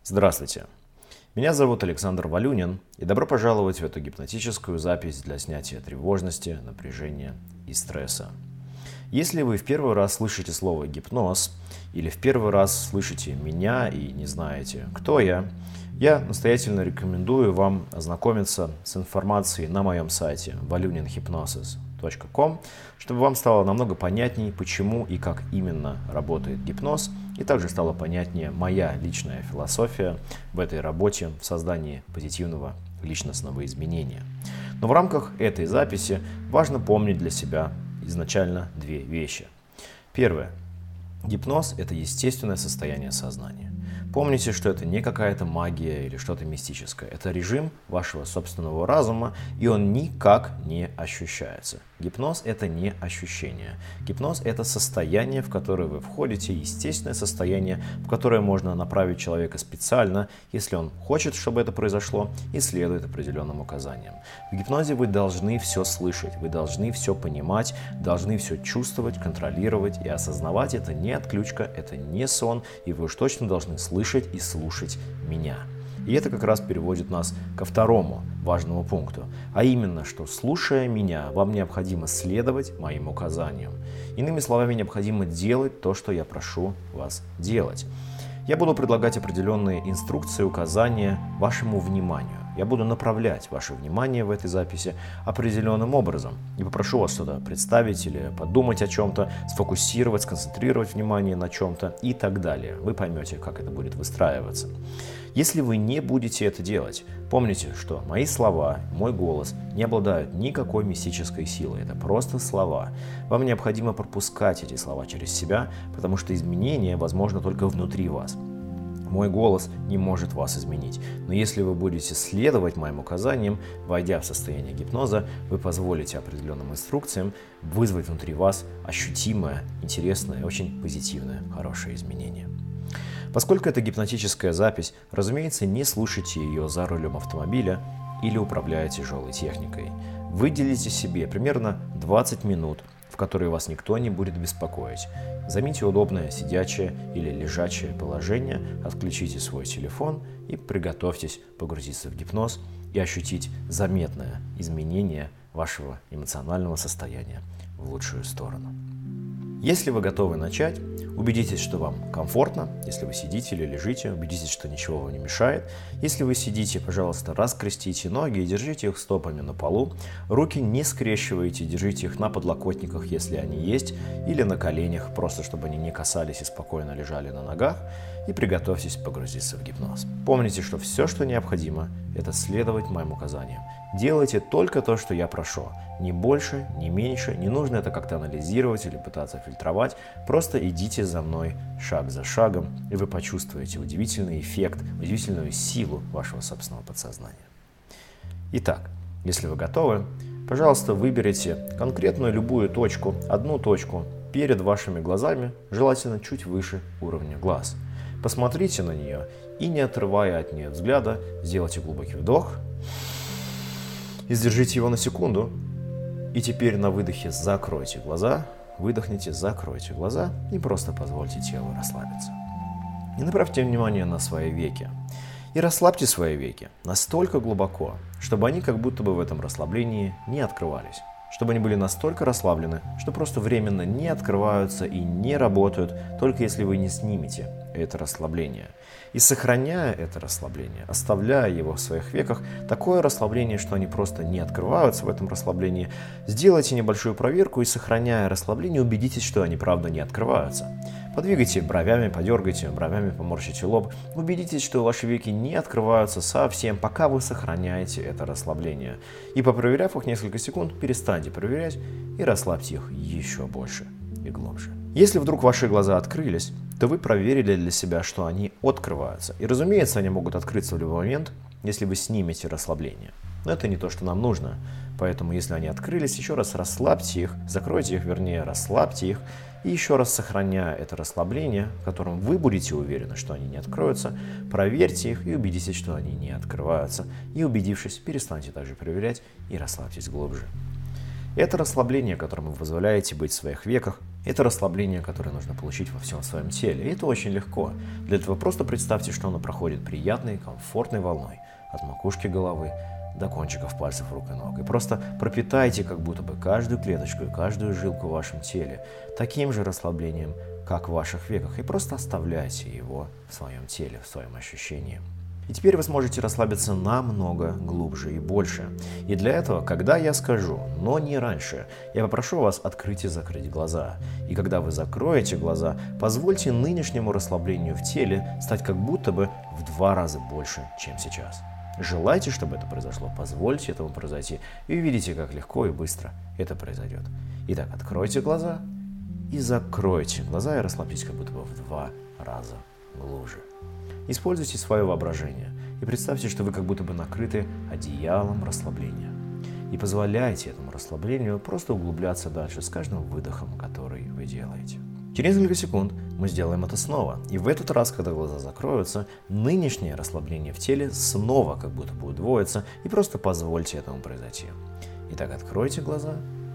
Здравствуйте, меня зовут Александр Валюнин, и добро пожаловать в эту гипнотическую запись для снятия тревожности, напряжения и стресса. Если вы в первый раз слышите слово «гипноз» или в первый раз слышите меня и не знаете, кто я настоятельно рекомендую вам ознакомиться с информацией на моем сайте valuninhypnosis.com, чтобы вам стало намного понятней, почему и как именно работает гипноз, и также стала понятнее моя личная философия в этой работе в создании позитивного личностного изменения. Но в рамках этой записи важно помнить для себя изначально две вещи. Первое. Гипноз – это естественное состояние сознания. Помните, что это не какая-то магия или что-то мистическое. Это режим вашего собственного разума, и он никак не ощущается. Гипноз – это не ощущение. Гипноз – это состояние, в которое вы входите, естественное состояние, в которое можно направить человека специально, если он хочет, чтобы это произошло, и следует определенным указаниям. В гипнозе вы должны все слышать, вы должны все понимать, должны все чувствовать, контролировать и осознавать. Это не отключка, это не сон, и вы уж точно должны слышать и слушать меня. И это как раз переводит нас ко второму важному пункту, а именно, что слушая меня, вам необходимо следовать моим указаниям. Иными словами, необходимо делать то, что я прошу вас делать. Я буду предлагать определенные инструкции, указания вашему вниманию. Я буду направлять ваше внимание в этой записи определенным образом. И попрошу вас что-то представить или подумать о чем-то, сфокусировать, сконцентрировать внимание на чем-то и так далее. Вы поймете, как это будет выстраиваться. Если вы не будете это делать, помните, что мои слова, мой голос не обладают никакой мистической силой. Это просто слова. Вам необходимо пропускать эти слова через себя, потому что изменение возможно только внутри вас. Мой голос не может вас изменить, но если вы будете следовать моим указаниям, войдя в состояние гипноза, вы позволите определенным инструкциям вызвать внутри вас ощутимое, интересное, очень позитивное, хорошее изменение. Поскольку это гипнотическая запись, разумеется, не слушайте ее за рулем автомобиля или управляя тяжелой техникой. Выделите себе примерно 20 минут, в которые вас никто не будет беспокоить. Займите удобное сидячее или лежачее положение, отключите свой телефон и приготовьтесь погрузиться в гипноз и ощутить заметное изменение вашего эмоционального состояния в лучшую сторону. Если вы готовы начать, убедитесь, что вам комфортно. Если вы сидите или лежите, убедитесь, что ничего вам не мешает. Если вы сидите, пожалуйста, раскрестите ноги и держите их стопами на полу. Руки не скрещивайте, держите их на подлокотниках, если они есть, или на коленях, просто чтобы они не касались и спокойно лежали на ногах. И приготовьтесь погрузиться в гипноз. Помните, что все, что необходимо, это следовать моим указаниям. Делайте только то, что я прошу. Ни больше, ни меньше. Не нужно это как-то анализировать или пытаться фильтровать. Просто идите за мной шаг за шагом, и вы почувствуете удивительный эффект, удивительную силу вашего собственного подсознания. Итак, если вы готовы, пожалуйста, выберите конкретную любую точку, одну точку перед вашими глазами, желательно чуть выше уровня глаз. Посмотрите на нее и, не отрывая от нее взгляда, сделайте глубокий вдох и сдержите его на секунду. И теперь на выдохе закройте глаза, выдохните, закройте глаза и просто позвольте телу расслабиться. И направьте внимание на свои веки. И расслабьте свои веки настолько глубоко, чтобы они как будто бы в этом расслаблении не открывались. Чтобы они были настолько расслаблены, что просто временно не открываются и не работают, только если вы не снимете это расслабление. И сохраняя это расслабление, оставляя его в своих веках, такое расслабление, что они просто не открываются в этом расслаблении, сделайте небольшую проверку и, сохраняя расслабление, убедитесь, что они правда не открываются. Подвигайте бровями, подергайте бровями, поморщите лоб. Убедитесь, что ваши веки не открываются совсем, пока вы сохраняете это расслабление. И, попроверяв их несколько секунд, перестаньте проверять и расслабьте их еще больше и глубже. Если вдруг ваши глаза открылись, то вы проверили для себя, что они открываются. И, разумеется, они могут открыться в любой момент, если вы снимете расслабление. Но это не то, что нам нужно. Поэтому, если они открылись, еще раз расслабьте их, закройте их, вернее, расслабьте их. И еще раз, сохраняя это расслабление, в котором вы будете уверены, что они не откроются, проверьте их и убедитесь, что они не открываются. И, убедившись, перестаньте также проверять и расслабьтесь глубже. Это расслабление, которым вы позволяете быть в своих веках, Это расслабление, которое нужно получить во всем своем теле. И это очень легко. Для этого просто представьте, что оно проходит приятной, комфортной волной от макушки головы до кончиков пальцев рук и ног. И просто пропитайте как будто бы каждую клеточку и каждую жилку в вашем теле таким же расслаблением, как в ваших веках. И просто оставляйте его в своем теле, в своем ощущении. И теперь вы сможете расслабиться намного глубже и больше. И для этого, когда я скажу, но не раньше, я попрошу вас открыть и закрыть глаза. И когда вы закроете глаза, позвольте нынешнему расслаблению в теле стать как будто бы в 2 раза больше, чем сейчас. Желаете, чтобы это произошло, позвольте этому произойти, и увидите, как легко и быстро это произойдет. Итак, откройте глаза и закройте глаза и расслабьтесь как будто бы в 2 раза глубже. Используйте свое воображение и представьте, что вы как будто бы накрыты одеялом расслабления. И позволяйте этому расслаблению просто углубляться дальше с каждым выдохом, который вы делаете. Через несколько секунд мы сделаем это снова. И в этот раз, когда глаза закроются, нынешнее расслабление в теле снова как будто бы удвоится, и просто позвольте этому произойти. Итак, откройте глаза,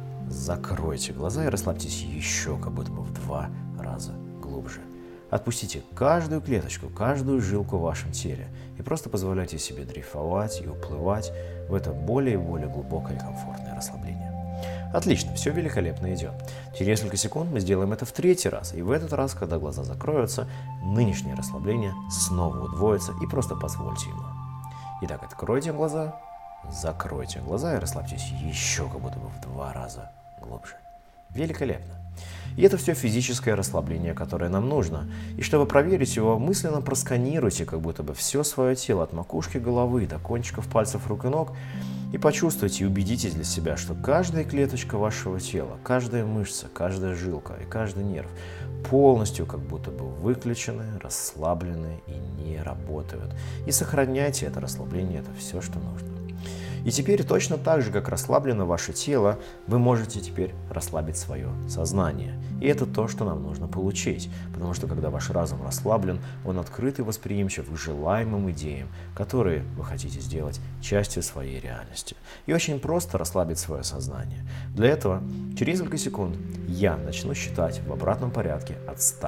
закройте глаза и расслабьтесь еще как будто бы в 2 раза глубже. Отпустите каждую клеточку, каждую жилку в вашем теле и просто позволяйте себе дрейфовать и уплывать в это более и более глубокое и комфортное расслабление. Отлично, все великолепно идет. Через несколько секунд мы сделаем это в 3-й раз, и в этот раз, когда глаза закроются, нынешнее расслабление снова удвоится, и просто позвольте ему. Итак, откройте глаза, закройте глаза и расслабьтесь еще как будто бы в 2 раза глубже. Великолепно. И это все физическое расслабление, которое нам нужно. И чтобы проверить его, мысленно просканируйте как будто бы все свое тело от макушки головы до кончиков пальцев рук и ног и почувствуйте и убедитесь для себя, что каждая клеточка вашего тела, каждая мышца, каждая жилка и каждый нерв полностью как будто бы выключены, расслаблены и не работают. И сохраняйте это расслабление, это все, что нужно. И теперь точно так же, как расслаблено ваше тело, вы можете теперь расслабить свое сознание. И это то, что нам нужно получить. Потому что когда ваш разум расслаблен, он открыт и восприимчив к желаемым идеям, которые вы хотите сделать частью своей реальности. И очень просто расслабить свое сознание. Для этого через несколько секунд я начну считать в обратном порядке от 100.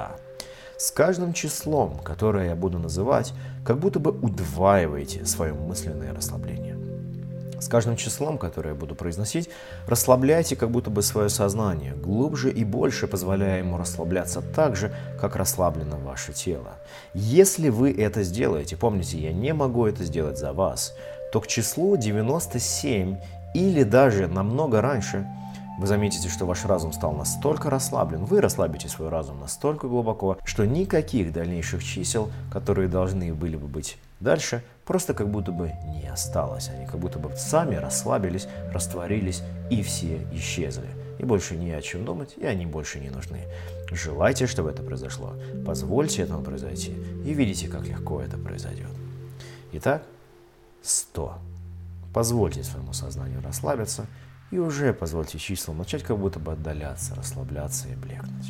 С каждым числом, которое я буду называть, как будто бы удваиваете свое мысленное расслабление. С каждым числом, которое я буду произносить, расслабляйте как будто бы свое сознание, глубже и больше позволяя ему расслабляться так же, как расслаблено ваше тело. Если вы это сделаете, помните, я не могу это сделать за вас, то к числу 97 или даже намного раньше вы заметите, что ваш разум стал настолько расслаблен, вы расслабите свой разум настолько глубоко, что никаких дальнейших чисел, которые должны были бы быть дальше, просто как будто бы не осталось. Они как будто бы сами расслабились, растворились и все исчезли. И больше не о чем думать, и они больше не нужны. Желайте, чтобы это произошло. Позвольте этому произойти, и видите, как легко это произойдет. Итак, 100. Позвольте своему сознанию расслабиться, и уже позвольте числам начать как будто бы отдаляться, расслабляться и блекнуть.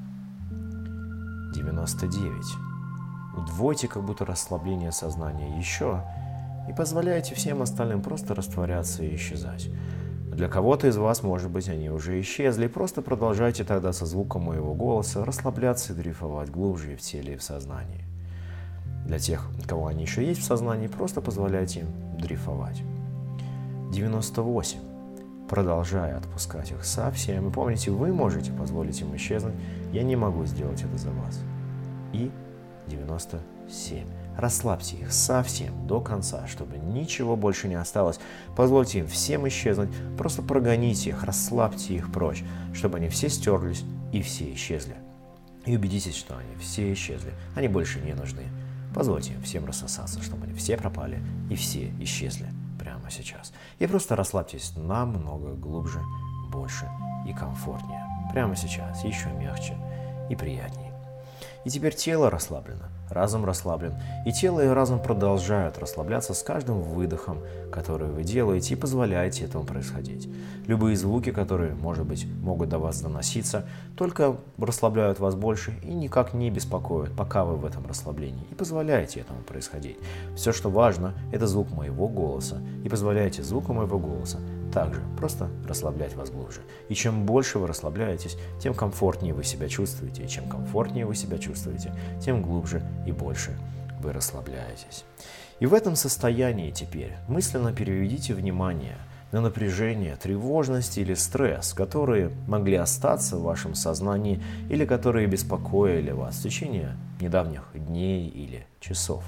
99. Удвойте как будто расслабление сознания еще и позволяйте всем остальным просто растворяться и исчезать. Для кого-то из вас, может быть, они уже исчезли, просто продолжайте тогда со звуком моего голоса расслабляться и дрейфовать глубже и в теле, и в сознании. Для тех, кого они еще есть в сознании, просто позволяйте им дрейфовать. 98. Продолжая отпускать их совсем. И помните, вы можете позволить им исчезнуть, я не могу сделать это за вас. И 97. Расслабьте их совсем до конца, чтобы ничего больше не осталось. Позвольте им всем исчезнуть, просто прогоните их, расслабьте их прочь, чтобы они все стерлись и все исчезли. И убедитесь, что они все исчезли, они больше не нужны. Позвольте им всем рассосаться, чтобы они все пропали и все исчезли прямо сейчас. И просто расслабьтесь намного глубже, больше и комфортнее. Прямо сейчас, еще мягче и приятнее. И теперь тело расслаблено, разум расслаблен, и тело и разум продолжают расслабляться с каждым выдохом, который вы делаете, и позволяете этому происходить. Любые звуки, которые, может быть, могут до вас доноситься, только расслабляют вас больше и никак не беспокоят, пока вы в этом расслаблении, и позволяете этому происходить. Все, что важно, это звук моего голоса, и позволяйте звуку моего голоса также просто расслаблять вас глубже. И чем больше вы расслабляетесь, тем комфортнее вы себя чувствуете. И чем комфортнее вы себя чувствуете, тем глубже и больше вы расслабляетесь. И в этом состоянии теперь мысленно переведите внимание на напряжение, тревожность или стресс, которые могли остаться в вашем сознании или которые беспокоили вас в течение недавних дней или часов.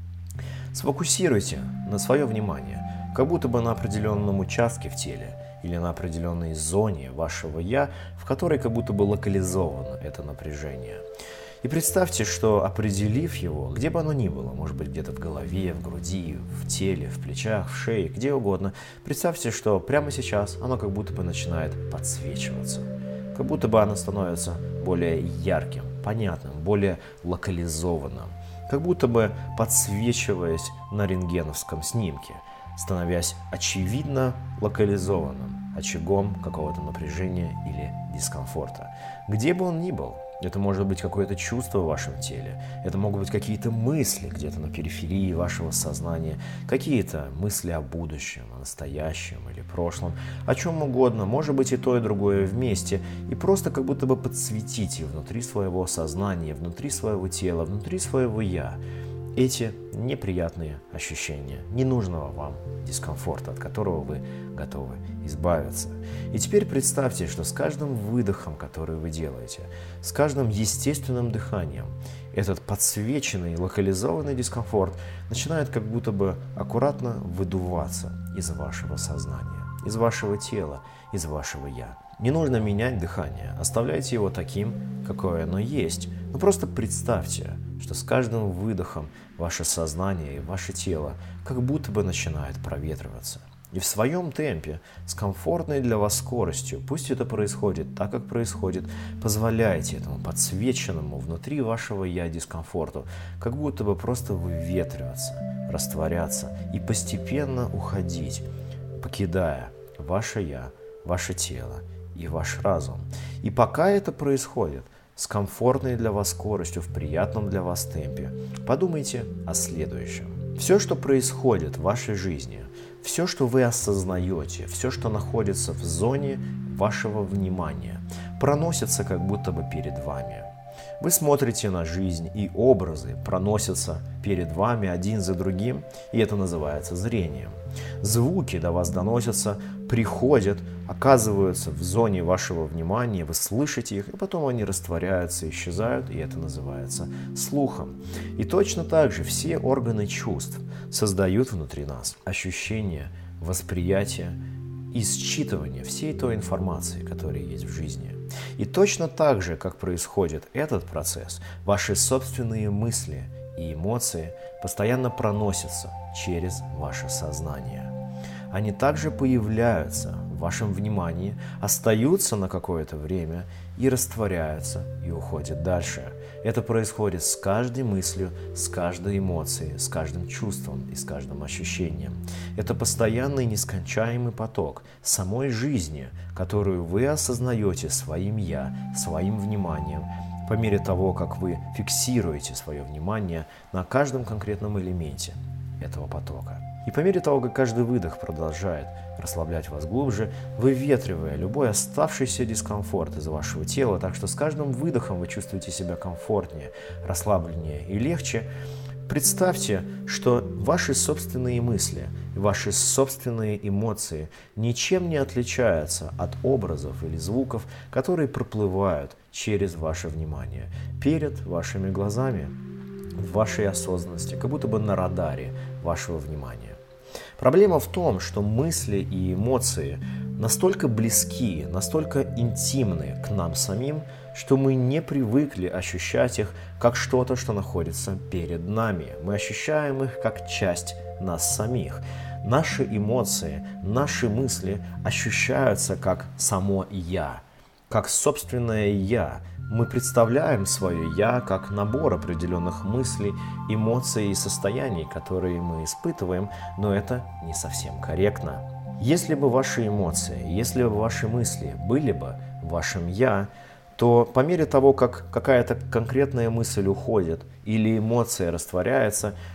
Сфокусируйте на свое внимание, как будто бы на определенном участке в теле или на определенной зоне вашего «я», в которой как будто бы локализовано это напряжение. И представьте, что, определив его, где бы оно ни было, может быть, где-то в голове, в груди, в теле, в плечах, в шее, где угодно, представьте, что прямо сейчас оно как будто бы начинает подсвечиваться. Как будто бы оно становится более ярким, понятным, более локализованным. Как будто бы подсвечиваясь на рентгеновском снимке, становясь очевидно локализованным очагом какого-то напряжения или дискомфорта. Где бы он ни был, это может быть какое-то чувство в вашем теле, это могут быть какие-то мысли где-то на периферии вашего сознания, какие-то мысли о будущем, о настоящем или прошлом, о чем угодно, может быть и то, и другое вместе, и просто как будто бы подсветите внутри своего сознания, внутри своего тела, внутри своего «я» эти неприятные ощущения, ненужного вам дискомфорта, от которого вы готовы избавиться. И теперь представьте, что с каждым выдохом, который вы делаете, с каждым естественным дыханием, этот подсвеченный, локализованный дискомфорт начинает как будто бы аккуратно выдуваться из вашего сознания, из вашего тела, из вашего «я». Не нужно менять дыхание, оставляйте его таким, какое оно есть. Но просто представьте, что с каждым выдохом ваше сознание и ваше тело как будто бы начинает проветриваться. И в своем темпе, с комфортной для вас скоростью, пусть это происходит так, как происходит, позволяйте этому подсвеченному внутри вашего «я» дискомфорту как будто бы просто выветриваться, растворяться и постепенно уходить, покидая ваше «я», ваше тело и ваш разум. И пока это происходит, с комфортной для вас скоростью, в приятном для вас темпе, подумайте о следующем. Все, что происходит в вашей жизни, все, что вы осознаете, все, что находится в зоне вашего внимания, проносится как будто бы перед вами. Вы смотрите на жизнь, и образы проносятся перед вами один за другим, и это называется зрением. Звуки до вас доносятся, приходят, оказываются в зоне вашего внимания, вы слышите их, и потом они растворяются, исчезают, и это называется слухом. И точно так же все органы чувств создают внутри нас ощущение, восприятие и считывание всей той информации, которая есть в жизни. И точно так же, как происходит этот процесс, ваши собственные мысли и эмоции постоянно проносятся через ваше сознание. Они также появляются в вашем внимании, остаются на какое-то время и растворяются и уходят дальше. Это происходит с каждой мыслью, с каждой эмоцией, с каждым чувством и с каждым ощущением. Это постоянный нескончаемый поток самой жизни, которую вы осознаете своим «я», своим вниманием, по мере того, как вы фиксируете свое внимание на каждом конкретном элементе этого потока. И по мере того, как каждый выдох продолжает расслаблять вас глубже, выветривая любой оставшийся дискомфорт из вашего тела, так что с каждым выдохом вы чувствуете себя комфортнее, расслабленнее и легче, представьте, что ваши собственные мысли, ваши собственные эмоции ничем не отличаются от образов или звуков, которые проплывают через ваше внимание, перед вашими глазами, в вашей осознанности, как будто бы на радаре вашего внимания. Проблема в том, что мысли и эмоции настолько близки, настолько интимны к нам самим, что мы не привыкли ощущать их как что-то, что находится перед нами. Мы ощущаем их как часть нас самих. Наши эмоции, наши мысли ощущаются как само «я», как собственное «я». Мы представляем свое «я» как набор определенных мыслей, эмоций и состояний, которые мы испытываем, но это не совсем корректно. Если бы ваши эмоции, если бы ваши мысли были бы вашим «я», то по мере того, как какая-то конкретная мысль уходит или эмоция растворяется,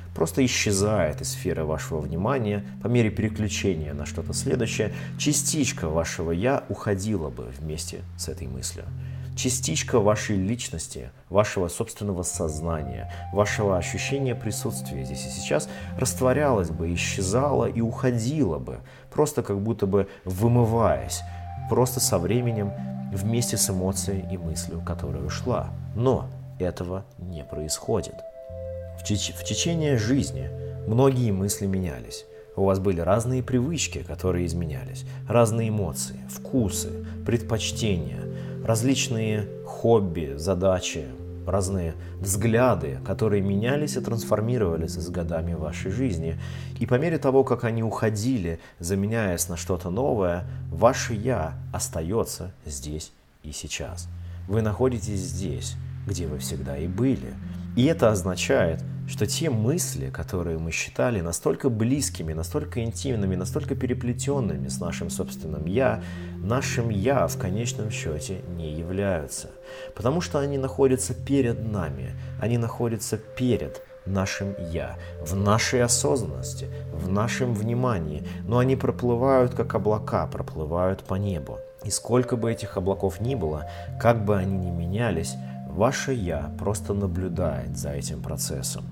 просто исчезает из сферы вашего внимания по мере переключения на что-то следующее, частичка вашего «я» уходила бы вместе с этой мыслью. Частичка вашей личности, вашего собственного сознания, вашего ощущения присутствия здесь и сейчас растворялась бы, исчезала и уходила бы, просто как будто бы вымываясь, просто со временем вместе с эмоцией и мыслью, которая ушла. Но этого не происходит. В течение жизни многие мысли менялись. У вас были разные привычки, которые изменялись, разные эмоции, вкусы, предпочтения, различные хобби, задачи, разные взгляды, которые менялись и трансформировались с годами вашей жизни. И по мере того, как они уходили, заменяясь на что-то новое, ваше «я» остается здесь и сейчас. Вы находитесь здесь, где вы всегда и были. И это означает, что те мысли, которые мы считали настолько близкими, настолько интимными, настолько переплетенными с нашим собственным «я», нашим «я» в конечном счете не являются. Потому что они находятся перед нами, они находятся перед нашим «я», в нашей осознанности, в нашем внимании, но они проплывают, как облака, проплывают по небу. И сколько бы этих облаков ни было, как бы они ни менялись, ваше «я» просто наблюдает за этим процессом.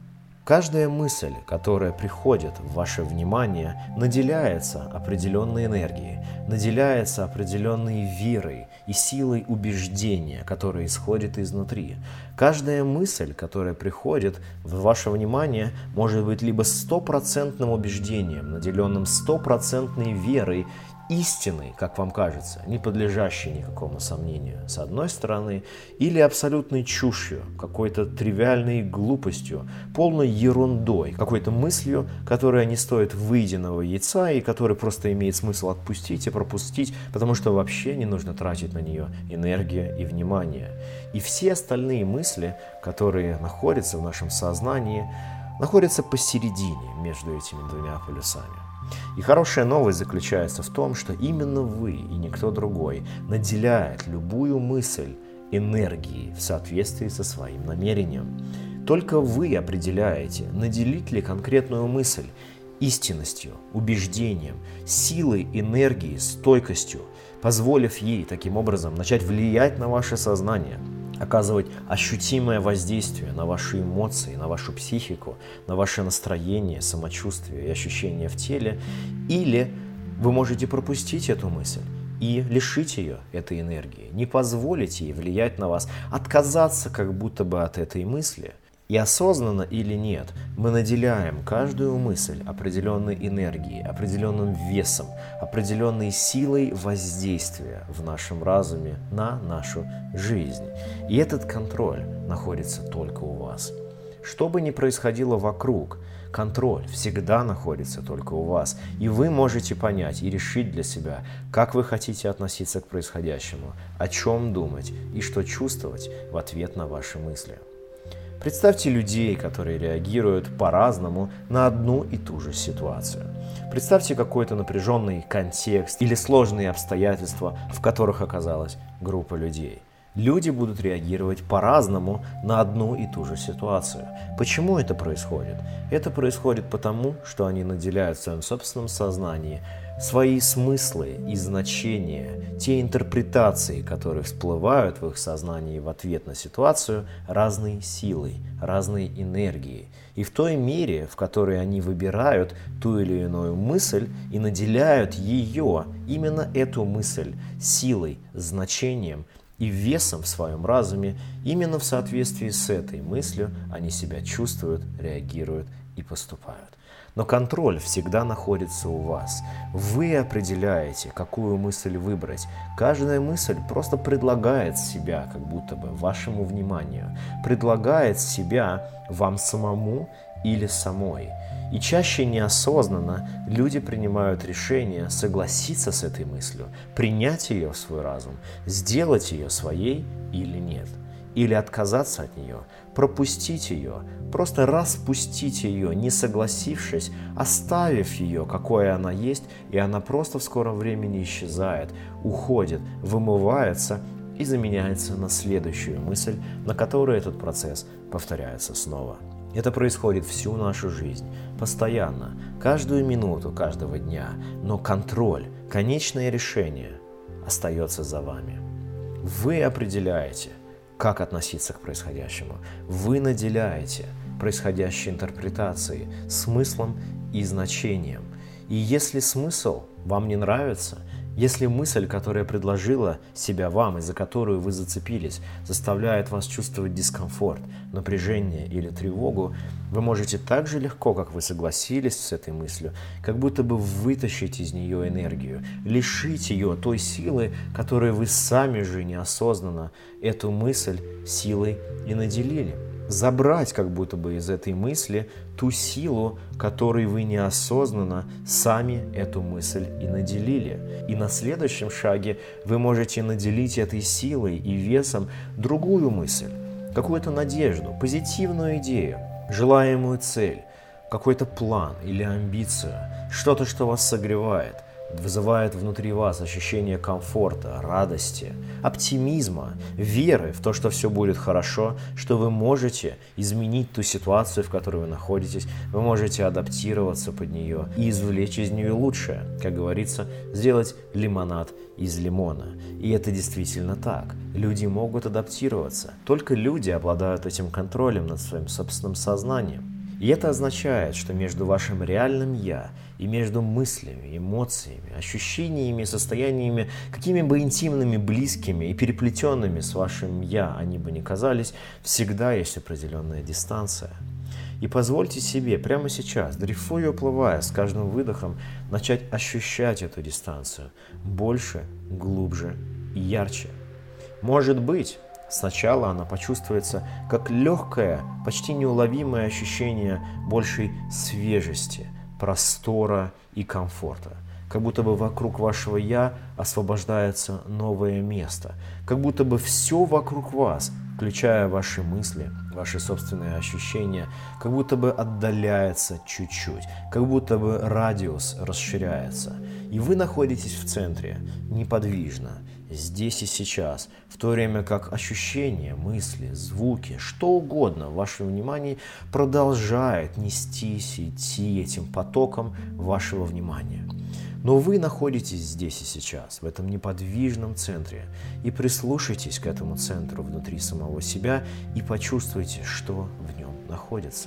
Каждая мысль, которая приходит в ваше внимание, наделяется определенной энергией, наделяется определенной верой и силой убеждения, которая исходит изнутри. Каждая мысль, которая приходит в ваше внимание, может быть либо стопроцентным убеждением, наделенным стопроцентной верой, истиной, как вам кажется, не подлежащей никакому сомнению, с одной стороны, или абсолютной чушью, какой-то тривиальной глупостью, полной ерундой, какой-то мыслью, которая не стоит выеденного яйца и которая просто имеет смысл отпустить и пропустить, потому что вообще не нужно тратить на нее энергию и внимание. И все остальные мысли, которые находятся в нашем сознании, находятся посередине между этими двумя полюсами. И хорошая новость заключается в том, что именно вы и никто другой наделяет любую мысль энергией в соответствии со своим намерением. Только вы определяете, наделить ли конкретную мысль истинностью, убеждением, силой, энергией, стойкостью, позволив ей таким образом начать влиять на ваше сознание, оказывать ощутимое воздействие на ваши эмоции, на вашу психику, на ваше настроение, самочувствие и ощущения в теле, или вы можете пропустить эту мысль и лишить ее этой энергии, не позволить ей влиять на вас, отказаться как будто бы от этой мысли. И осознанно или нет, мы наделяем каждую мысль определенной энергией, определенным весом, определенной силой воздействия в нашем разуме на нашу жизнь. И этот контроль находится только у вас. Что бы ни происходило вокруг, контроль всегда находится только у вас. И вы можете понять и решить для себя, как вы хотите относиться к происходящему, о чем думать и что чувствовать в ответ на ваши мысли. Представьте людей, которые реагируют по-разному на одну и ту же ситуацию. Представьте какой-то напряженный контекст или сложные обстоятельства, в которых оказалась группа людей. Люди будут реагировать по-разному на одну и ту же ситуацию. Почему это происходит? Это происходит потому, что они наделяют в своем собственном сознании свои смыслы и значения, те интерпретации, которые всплывают в их сознании в ответ на ситуацию, разной силой, разной энергией. И в той мере, в которой они выбирают ту или иную мысль и наделяют ее, именно эту мысль, силой, значением и весом в своем разуме, именно в соответствии с этой мыслью они себя чувствуют, реагируют и поступают. Но контроль всегда находится у вас. Вы определяете, какую мысль выбрать. Каждая мысль просто предлагает себя, как будто бы вашему вниманию, предлагает себя вам самому или самой. И чаще неосознанно люди принимают решение согласиться с этой мыслью, принять ее в свой разум, сделать ее своей или нет. Или отказаться от нее, пропустить ее, просто распустить ее, не согласившись, оставив ее, какой она есть, и она просто в скором времени исчезает, уходит, вымывается и заменяется на следующую мысль, на которой этот процесс повторяется снова. Это происходит всю нашу жизнь, постоянно, каждую минуту каждого дня, но контроль, конечное решение остается за вами. Вы определяете, как относиться к происходящему. Вы наделяете происходящей интерпретацией смыслом и значением. И если смысл вам не нравится, если мысль, которая предложила себя вам и за которую вы зацепились, заставляет вас чувствовать дискомфорт, напряжение или тревогу, вы можете так же легко, как вы согласились с этой мыслью, как будто бы вытащить из нее энергию, лишить ее той силы, которой вы сами же неосознанно эту мысль силой и наделили. Забрать как будто бы из этой мысли ту силу, которой вы неосознанно сами эту мысль и наделили. И на следующем шаге вы можете наделить этой силой и весом другую мысль, какую-то надежду, позитивную идею, желаемую цель, какой-то план или амбицию, что-то, что вас согревает, вызывает внутри вас ощущение комфорта, радости, оптимизма, веры в то, что все будет хорошо, что вы можете изменить ту ситуацию, в которой вы находитесь, вы можете адаптироваться под нее и извлечь из нее лучшее, как говорится, сделать лимонад из лимона. И это действительно так. Люди могут адаптироваться. Только люди обладают этим контролем над своим собственным сознанием. И это означает, что между вашим реальным «я» и между мыслями, эмоциями, ощущениями, состояниями, какими бы интимными, близкими и переплетенными с вашим «я» они бы ни казались, всегда есть определенная дистанция. И позвольте себе прямо сейчас, дрейфуя и уплывая с каждым выдохом, начать ощущать эту дистанцию больше, глубже и ярче. Может быть, сначала она почувствуется как легкое, почти неуловимое ощущение большей свежести, простора и комфорта. Как будто бы вокруг вашего «я» освобождается новое место. Как будто бы все вокруг вас, включая ваши мысли, ваши собственные ощущения, как будто бы отдаляется чуть-чуть, как будто бы радиус расширяется. И вы находитесь в центре, неподвижно, здесь и сейчас, в то время как ощущения, мысли, звуки, что угодно в вашем внимании продолжает нестись и идти этим потоком вашего внимания. Но вы находитесь здесь и сейчас, в этом неподвижном центре, и прислушайтесь к этому центру внутри самого себя и почувствуйте, что в нем находится.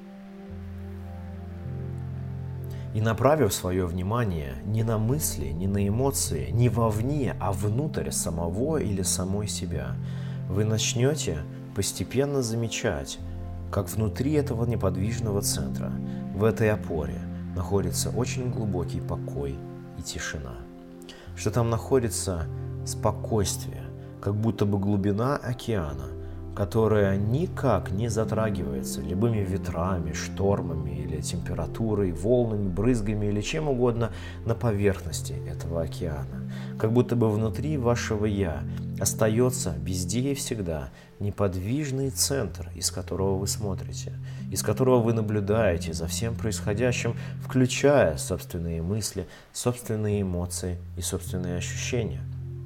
И направив свое внимание не на мысли, не на эмоции, не вовне, а внутрь самого или самой себя, вы начнете постепенно замечать, как внутри этого неподвижного центра, в этой опоре, находится очень глубокий покой и тишина. Что там находится спокойствие, как будто бы глубина океана, которая никак не затрагивается любыми ветрами, штормами или температурой, волнами, брызгами или чем угодно на поверхности этого океана. Как будто бы внутри вашего «я» остается везде и всегда неподвижный центр, из которого вы смотрите, из которого вы наблюдаете за всем происходящим, включая собственные мысли, собственные эмоции и собственные ощущения.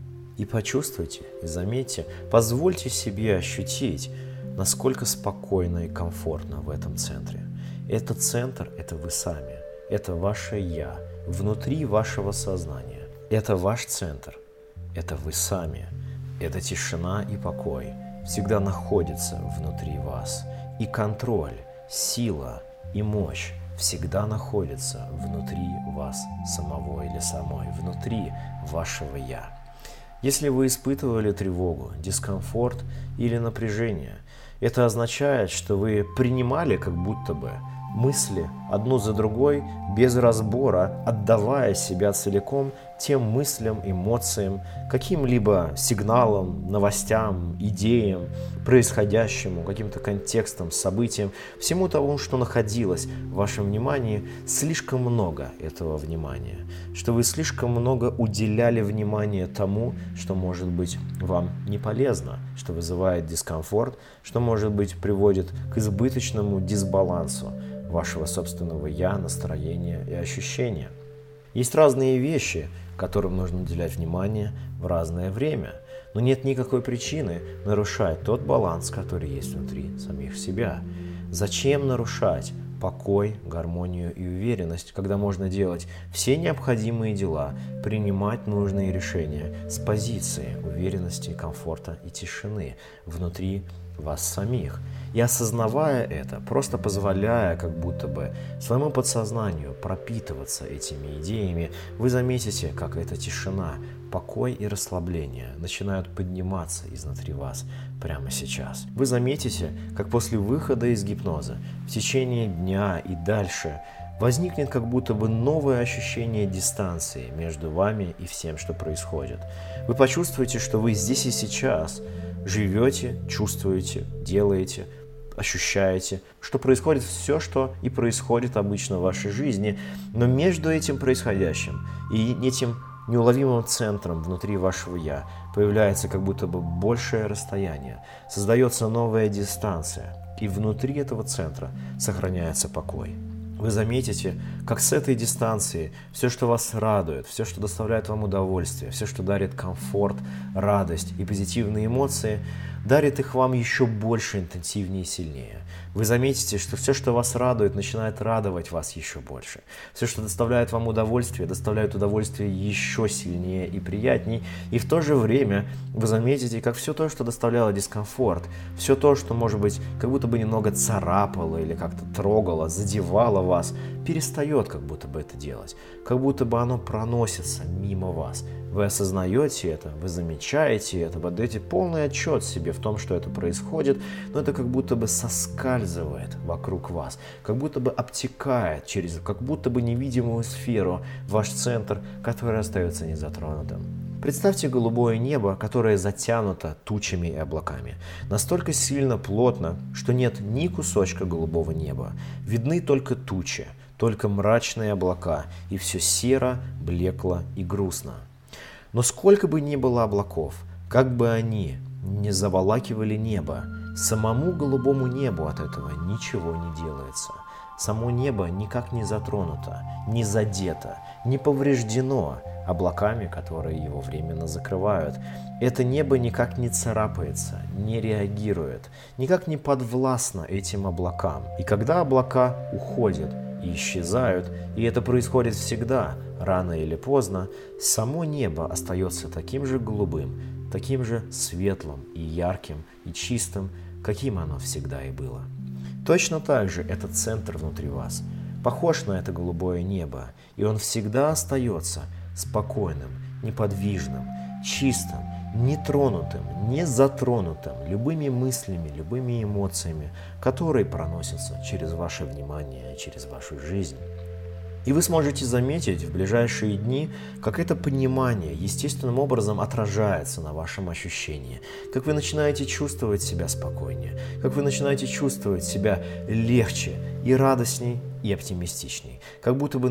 И почувствуйте, и заметьте, позвольте себе ощутить, насколько спокойно и комфортно в этом центре. Этот центр – это вы сами, это ваше «я», внутри вашего сознания. Это ваш центр, это вы сами, это тишина и покой всегда находятся внутри вас. И контроль, сила и мощь всегда находятся внутри вас самого или самой, внутри вашего «я». Если вы испытывали тревогу, дискомфорт или напряжение, это означает, что вы принимали как будто бы мысли одну за другой, без разбора, отдавая себя целиком тем мыслям, эмоциям, каким-либо сигналам, новостям, идеям, происходящему, каким-то контекстам, событиям, всему тому, что находилось в вашем внимании, слишком много этого внимания, что вы слишком много уделяли внимания тому, что может быть вам не полезно, что вызывает дискомфорт, что может быть приводит к избыточному дисбалансу вашего собственного «я», настроения и ощущения. Есть разные вещи, которым нужно уделять внимание в разное время, но нет никакой причины нарушать тот баланс, который есть внутри самих себя. Зачем нарушать покой, гармонию и уверенность, когда можно делать все необходимые дела, принимать нужные решения с позиции уверенности, комфорта и тишины внутри вас самих. И осознавая это, просто позволяя как будто бы своему подсознанию пропитываться этими идеями, вы заметите, как эта тишина, покой и расслабление начинают подниматься изнутри вас прямо сейчас. Вы заметите, как после выхода из гипноза в течение дня и дальше возникнет как будто бы новое ощущение дистанции между вами и всем, что происходит. Вы почувствуете, что вы здесь и сейчас живете, чувствуете, делаете, ощущаете, что происходит все, что и происходит обычно в вашей жизни, но между этим происходящим и этим неуловимым центром внутри вашего «я» появляется как будто бы большее расстояние, создается новая дистанция, и внутри этого центра сохраняется покой. Вы заметите, как с этой дистанции все, что вас радует, все, что доставляет вам удовольствие, все, что дарит комфорт, радость и позитивные эмоции, дарит их вам еще больше, интенсивнее и сильнее. Вы заметите, что все, что вас радует, начинает радовать вас еще больше. Все, что доставляет вам удовольствие, доставляет удовольствие еще сильнее и приятней. И в то же время вы заметите, как все то, что доставляло дискомфорт, все то, что, может быть, как будто бы немного царапало или как-то трогало, задевало вас, перестает как будто бы это делать. Как будто бы оно проносится мимо вас. Вы осознаете это, вы замечаете это, вы даете полный отчет себе в том, что это происходит, но это как будто бы соскальзывает вокруг вас, как будто бы обтекает через как будто бы невидимую сферу ваш центр, который остается незатронутым. Представьте голубое небо, которое затянуто тучами и облаками. Настолько сильно плотно, что нет ни кусочка голубого неба. Видны только тучи, только мрачные облака, и все серо, блекло и грустно. Но сколько бы ни было облаков, как бы они не заволакивали небо, самому голубому небу от этого ничего не делается. Само небо никак не затронуто, не задето, не повреждено облаками, которые его временно закрывают. Это небо никак не царапается, не реагирует, никак не подвластно этим облакам. И когда облака уходят и исчезают, и это происходит всегда, рано или поздно, само небо остается таким же голубым, таким же светлым и ярким и чистым, каким оно всегда и было. Точно так же этот центр внутри вас похож на это голубое небо, и он всегда остается спокойным, неподвижным, чистым, нетронутым, не затронутым любыми мыслями, любыми эмоциями, которые проносятся через ваше внимание, через вашу жизнь. И вы сможете заметить в ближайшие дни, как это понимание естественным образом отражается на вашем ощущении, как вы начинаете чувствовать себя спокойнее, как вы начинаете чувствовать себя легче и радостней, и оптимистичней, как будто бы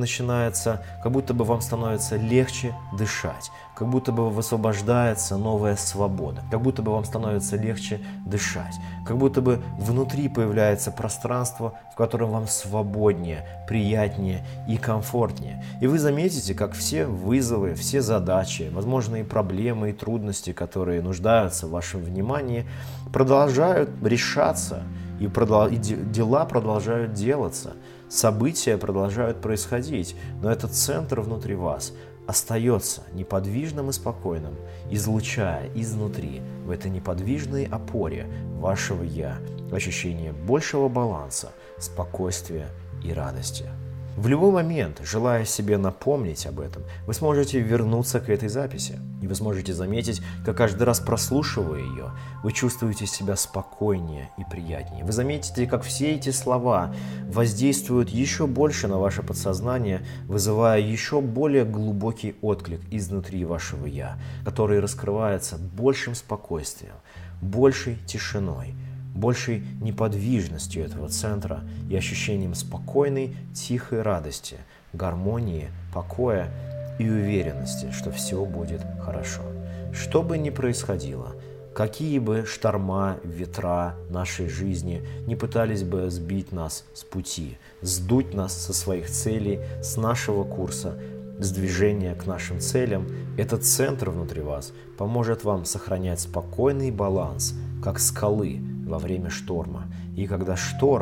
вам становится легче дышать, как будто бы высвобождается новая свобода, как будто бы вам становится легче дышать, как будто бы внутри появляется пространство, в котором вам свободнее, приятнее и комфортнее. И вы заметите, как все вызовы, все задачи, возможные проблемы и трудности, которые нуждаются в вашем внимании, продолжают решаться, и дела продолжают делаться. События продолжают происходить, но этот центр внутри вас остается неподвижным и спокойным, излучая изнутри, в этой неподвижной опоре вашего «я» ощущение большего баланса, спокойствия и радости. В любой момент, желая себе напомнить об этом, вы сможете вернуться к этой записи, и вы сможете заметить, как каждый раз прослушивая ее, вы чувствуете себя спокойнее и приятнее. Вы заметите, как все эти слова воздействуют еще больше на ваше подсознание, вызывая еще более глубокий отклик изнутри вашего «я», который раскрывается большим спокойствием, большей тишиной, большей неподвижностью этого центра и ощущением спокойной, тихой радости, гармонии, покоя и уверенности, что все будет хорошо. Что бы ни происходило, какие бы шторма, ветра нашей жизни не пытались бы сбить нас с пути, сдуть нас со своих целей, с нашего курса, с движения к нашим целям, этот центр внутри вас поможет вам сохранять спокойный баланс, как скалы во время шторма. И когда шторм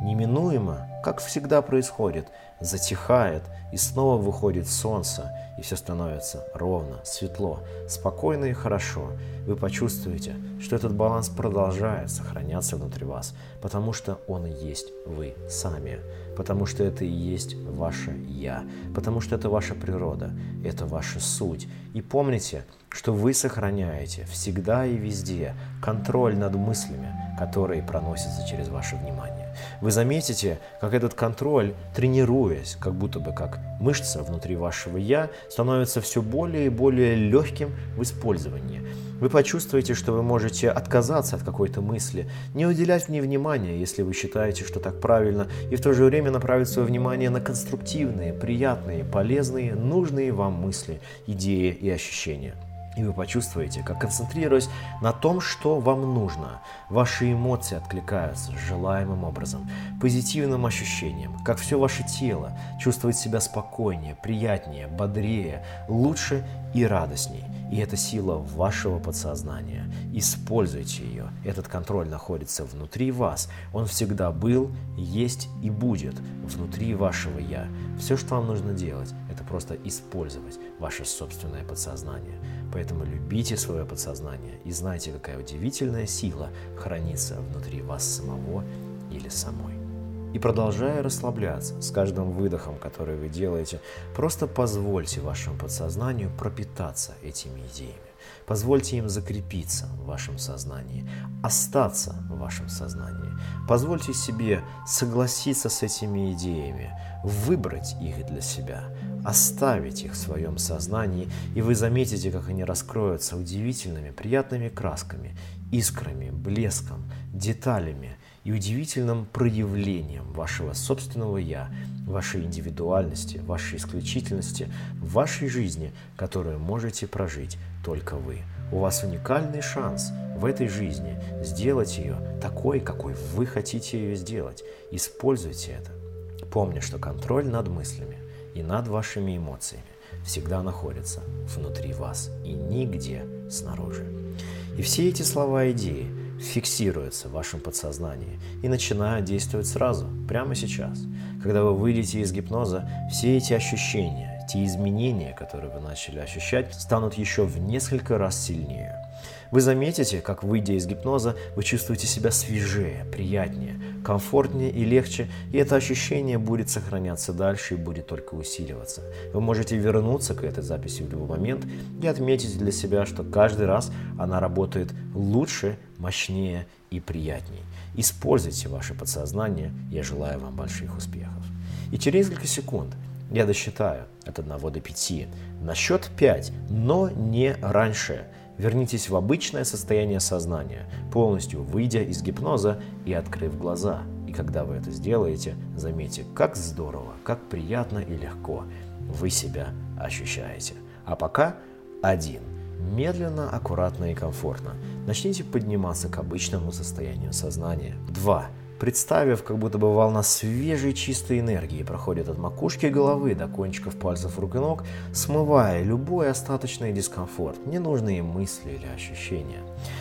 неминуемо, как всегда происходит, затихает, и снова выходит солнце, и все становится ровно, светло, спокойно и хорошо. Вы почувствуете, что этот баланс продолжает сохраняться внутри вас, потому что он и есть вы сами, потому что это и есть ваше «я», потому что это ваша природа, это ваша суть. И помните, что вы сохраняете всегда и везде контроль над мыслями, которые проносятся через ваше внимание. Вы заметите, как этот контроль, тренируясь, как будто бы как мышца внутри вашего «я», становится все более и более легким в использовании. Вы почувствуете, что вы можете отказаться от какой-то мысли, не уделять в ней внимания, если вы считаете, что так правильно, и в то же время направить свое внимание на конструктивные, приятные, полезные, нужные вам мысли, идеи и ощущения. И вы почувствуете, как, концентрируясь на том, что вам нужно, ваши эмоции откликаются желаемым образом, позитивным ощущением, как все ваше тело чувствует себя спокойнее, приятнее, бодрее, лучше и радостней. И это сила вашего подсознания. Используйте ее. Этот контроль находится внутри вас. Он всегда был, есть и будет внутри вашего «я». Все, что вам нужно делать, это просто использовать ваше собственное подсознание. Поэтому любите свое подсознание и знайте, какая удивительная сила хранится внутри вас самого или самой. И продолжая расслабляться с каждым выдохом, который вы делаете, просто позвольте вашему подсознанию пропитаться этими идеями. Позвольте им закрепиться в вашем сознании, остаться в вашем сознании. Позвольте себе согласиться с этими идеями, выбрать их для себя, оставить их в своем сознании, и вы заметите, как они раскроются удивительными, приятными красками, искрами, блеском, деталями и удивительным проявлением вашего собственного «я», вашей индивидуальности, вашей исключительности в вашей жизни, которую можете прожить только вы. У вас уникальный шанс в этой жизни сделать ее такой, какой вы хотите ее сделать. Используйте это. Помня, что контроль над мыслями и над вашими эмоциями всегда находится внутри вас и нигде снаружи. И все эти слова и идеи фиксируются в вашем подсознании и начинают действовать сразу, прямо сейчас. Когда вы выйдете из гипноза, все эти ощущения, те изменения, которые вы начали ощущать, станут еще в несколько раз сильнее. Вы заметите, как, выйдя из гипноза, вы чувствуете себя свежее, приятнее, комфортнее и легче, и это ощущение будет сохраняться дальше и будет только усиливаться. Вы можете вернуться к этой записи в любой момент и отметить для себя, что каждый раз она работает лучше, мощнее и приятнее. Используйте ваше подсознание, я желаю вам больших успехов. И через несколько секунд я досчитаю от 1 до 5. На счет 5, но не раньше. Вернитесь в обычное состояние сознания, полностью выйдя из гипноза и открыв глаза. И когда вы это сделаете, заметьте, как здорово, как приятно и легко вы себя ощущаете. А пока 1. Медленно, аккуратно и комфортно начните подниматься к обычному состоянию сознания. 2. Представив, как будто бы волна свежей чистой энергии проходит от макушки головы до кончиков пальцев рук и ног, смывая любой остаточный дискомфорт, ненужные мысли или ощущения.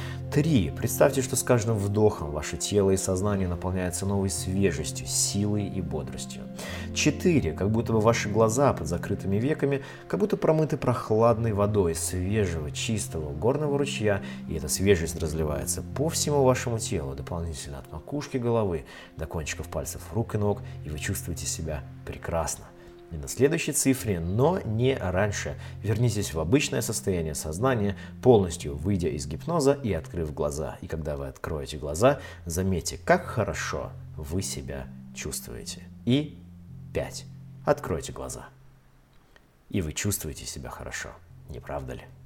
3. Представьте, что с каждым вдохом ваше тело и сознание наполняются новой свежестью, силой и бодростью. 4. Как будто бы ваши глаза под закрытыми веками как будто промыты прохладной водой свежего, чистого горного ручья, и эта свежесть разливается по всему вашему телу, дополнительно от макушки головы до кончиков пальцев рук и ног, и вы чувствуете себя прекрасно. И на следующей цифре, но не раньше, вернитесь в обычное состояние сознания, полностью выйдя из гипноза и открыв глаза. И когда вы откроете глаза, заметьте, как хорошо вы себя чувствуете. И 5. Откройте глаза. И вы чувствуете себя хорошо, не правда ли?